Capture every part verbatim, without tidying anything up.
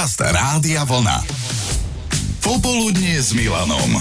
Podcast Rádia Vlna. Popoludnie s Milanom.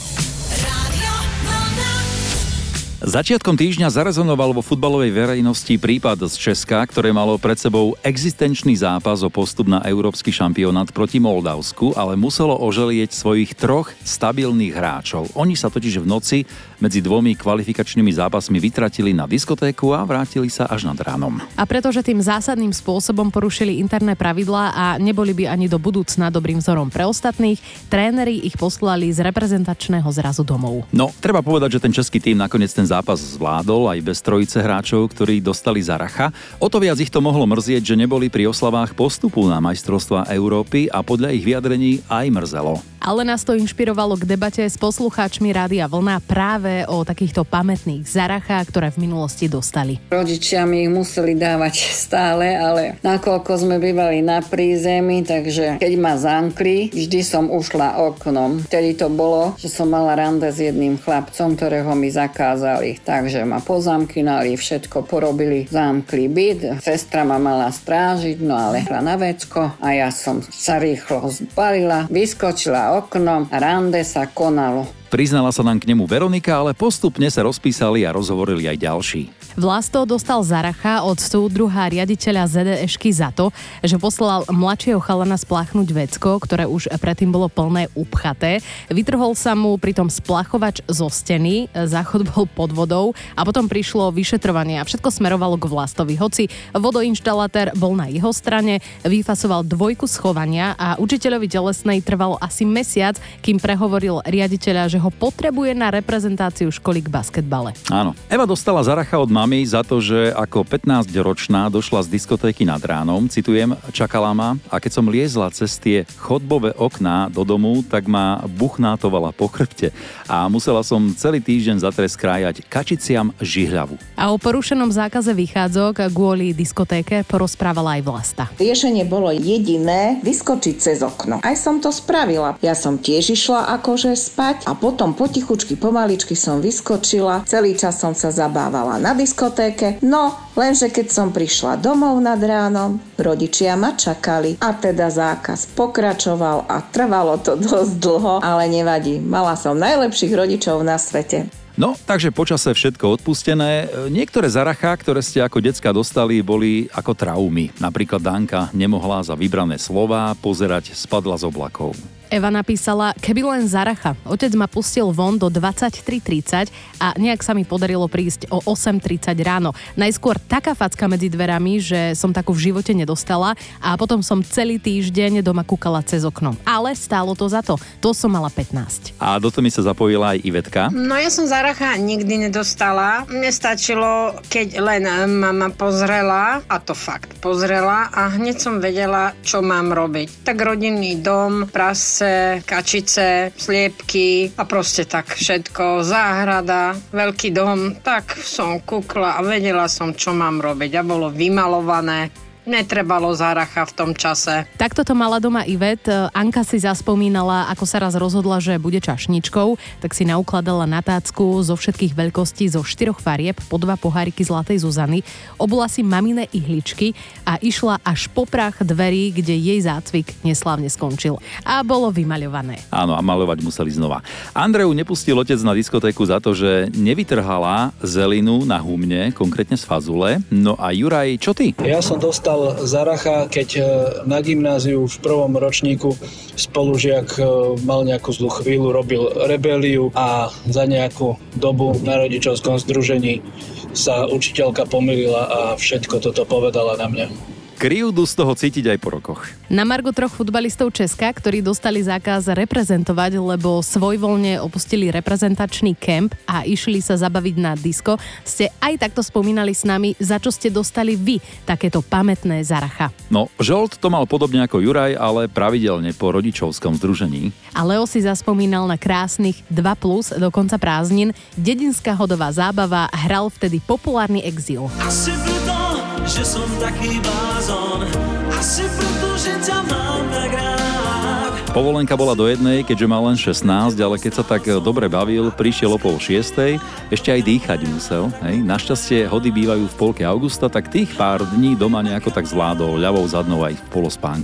Začiatkom týždňa zarezonoval vo futbalovej verejnosti prípad z Česka, ktoré malo pred sebou existenčný zápas o postup na európsky šampionát proti Moldavsku, ale muselo oželieť svojich troch stabilných hráčov. Oni sa totiž v noci medzi dvomi kvalifikačnými zápasmi vytratili na diskotéku a vrátili sa až nad ránom. A pretože tým zásadným spôsobom porušili interné pravidlá a neboli by ani do budúcna dobrým vzorom pre ostatných, tréneri ich poslali z reprezentačného zrazu domov. No, treba povedať, že ten český tím nakoniec ten zápas zvládol aj bez trojice hráčov, ktorí dostali Zaracha. O to viac ich to mohlo mrzieť, že neboli pri oslavách postupu na majstrovstvá Európy a podľa ich vyjadrení aj mrzelo. Ale nás to inšpirovalo k debate s poslucháčmi Rádia Vlna práve o takýchto pamätných Zarachách, ktoré v minulosti dostali. Rodičia mi ich museli dávať stále, ale nakoľko sme bývali na prízemí, takže keď ma zamkli, vždy som ušla oknom. Vtedy to bolo, že som mala rande s jedným chlapcom, ktorého mi zakázali. Takže ma pozamkynali, všetko porobili, zamkli byt. Sestra ma mala strážiť, no ale na vecko a ja som sa rýchlo zbalila, vyskočila oknom a rande sa konalo. Priznala sa nám k nemu Veronika, ale postupne sa rozpísali a rozhovorili aj ďalší. Vlasto dostal Zaracha od súdruha riaditeľa zet dé ešky za to, že poslal mladšieho chalana spláchnuť vecko, ktoré už predtým bolo plné upchaté. Vytrhol sa mu pritom splachovač zo steny, záchod bol pod vodou a potom prišlo vyšetrovanie a všetko smerovalo k Vlastovi. Hoci vodoinštalatér bol na jeho strane, vyfasoval dvojku schovania a učiteľovi telesnej trvalo asi mesiac, kým prehovoril riaditeľa, že ho potrebuje na reprezentáciu školy k basketbale. Áno. Eva dostala Zaracha od mami za to, že ako pätnásťročná došla z diskotéky nad ránom, citujem, čakala ma a keď som liezla cez tie chodbové okná do domu, tak ma buchnátovala po chrbte a musela som celý týždeň zatrest krájať kačiciam žihľavu. A o porušenom zákaze vychádzok kvôli diskotéke porozprávala aj Vlasta. Riešenie bolo jediné, vyskočiť cez okno. Aj som to spravila. Ja som tiež išla akože spať a potom potichučky, pomaličky som vyskočila. Celý čas som sa zabávala na diskotéke. No, lenže keď som prišla domov nad ránom, rodičia ma čakali a teda zákaz pokračoval a trvalo to dosť dlho, ale nevadí. Mala som najlepších rodičov na svete. No, takže počase všetko odpustené. Niektoré Zarachá, ktoré ste ako decka dostali, boli ako traumy. Napríklad Danka nemohla za vybrané slová pozerať Spadla z oblakov. Eva napísala, keby len Zaracha. Otec ma pustil von do dvadsaťtri tridsať a nejak sa mi podarilo prísť o osem tridsať ráno. Najskôr taká facka medzi dverami, že som takú v živote nedostala a potom som celý týždeň doma kúkala cez okno. Ale stálo to za to. To som mala pätnásť. A do toho mi sa zapojila aj Ivetka. No ja som Zaracha nikdy nedostala. Mne stačilo, keď len mama pozrela, a to fakt pozrela a hneď som vedela, čo mám robiť. Tak rodinný dom, prase, kačice, sliepky a proste tak všetko, záhrada, veľký dom, tak som kúkla a vedela som, čo mám robiť a bolo vymalované. Netrebalo Zaracha v tom čase. Takto to mala doma Ivet. Anka si zaspomínala, ako sa raz rozhodla, že bude čašničkou, tak si naukladala na tácku zo všetkých veľkostí zo štyroch farieb po dva poháriky Zlatej Zuzany, obula si maminé ihličky a išla až po prach dverí, kde jej zácvik neslávne skončil. A bolo vymaľované. Áno, a maľovať museli znova. Andreu nepustil otec na diskotéku za to, že nevytrhala zelinu na humne, konkrétne z fazule. No a Juraj, čo ty? Ja som dostal Zaracha, keď na gymnáziu v prvom ročníku spolužiak mal nejakú zlú chvíľu, robil rebeliu a za nejakú dobu na rodičovskom združení sa učiteľka pomýlila a všetko toto povedala na mňa. Krivdu z toho cítiť aj po rokoch. Na margo troch futbalistov Česka, ktorí dostali zákaz reprezentovať, lebo svojvoľne opustili reprezentačný kemp a išli sa zabaviť na disko, ste aj takto spomínali s nami, za čo ste dostali vy takéto pamätné Zaracha. No, Žolt to mal podobne ako Juraj, ale pravidelne po rodičovskom združení. A Leo si zaspomínal na krásnych dva plus do konca prázdnin. Dedinská hodová zábava, hral vtedy populárny Exil. Asi preto, že som taký blázon, asi preto, že ťa mám tak rád. Povolenka bola do jednej, keďže mal len šestnásť, ale keď sa tak dobre bavil, prišiel o pol šiestej, ešte aj dýchať musel. Hej. Našťastie hody bývajú v polke augusta, tak tých pár dní doma nejako tak zvládol ľavou zadnou aj v polospánku.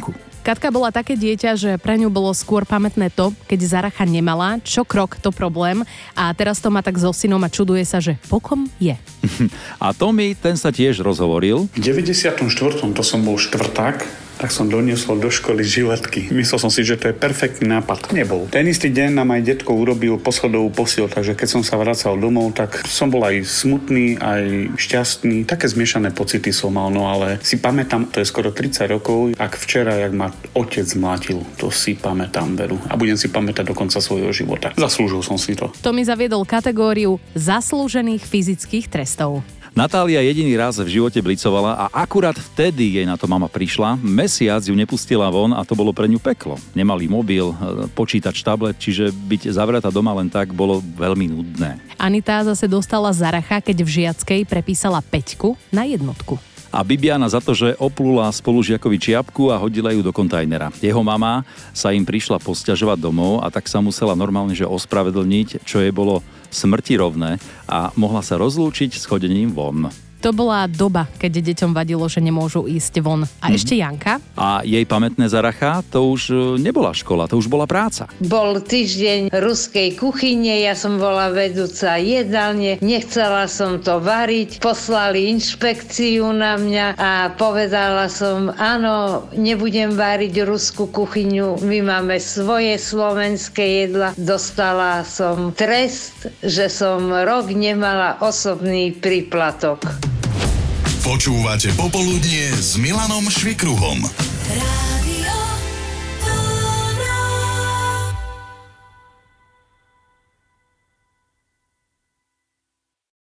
Katka bola také dieťa, že pre ňu bolo skôr pamätné to, keď Zaracha nemala, čo krok, to problém. A teraz to má tak so synom a čuduje sa, že po kom je. A Tomi, ten sa tiež rozhovoril. V deväťdesiatom štvrtom to som bol štvrták, tak som doniesol do školy žiletky. Myslel som si, že to je perfektný nápad. Nebol. Ten istý deň nám aj detko urobil poschodovú posiel, takže keď som sa vracal domov, tak som bol aj smutný, aj šťastný. Také zmiešané pocity som mal, no ale si pamätám, to je skoro tridsať rokov, ak včera, jak ma otec mlátil, to si pamätám, veru. A budem si pamätať do konca svojho života. Zaslúžil som si to. Tomi zaviedol kategóriu zaslúžených fyzických trestov. Natália jediný raz v živote blicovala a akurát vtedy jej na to mama prišla. Mesiac ju nepustila von a to bolo pre ňu peklo. Nemali mobil, počítač, tablet, čiže byť zavretá doma len tak bolo veľmi nudné. Anita zase dostala Zaracha, keď v žiackej prepísala päťku na jednotku. A Bibiana za to, že oplula spolužiakovi čiapku a hodila ju do kontajnera. Jeho mama sa im prišla posťažovať domov a tak sa musela normálne že ospravedlniť, čo jej bolo smrtirovné a mohla sa rozlúčiť s chodením von. To bola doba, keď deťom vadilo, že nemôžu ísť von. A mm. ešte Janka? A jej pamätné Zaracha, to už nebola škola, to už bola práca. Bol týždeň ruskej kuchyne, ja som bola vedúca jedálne, nechcela som to variť, poslali inšpekciu na mňa a povedala som, áno, nebudem variť ruskú kuchyňu, my máme svoje slovenské jedla. Dostala som trest, že som rok nemala osobný príplatok. Počúvate Popoludnie s Milanom Švikruhom.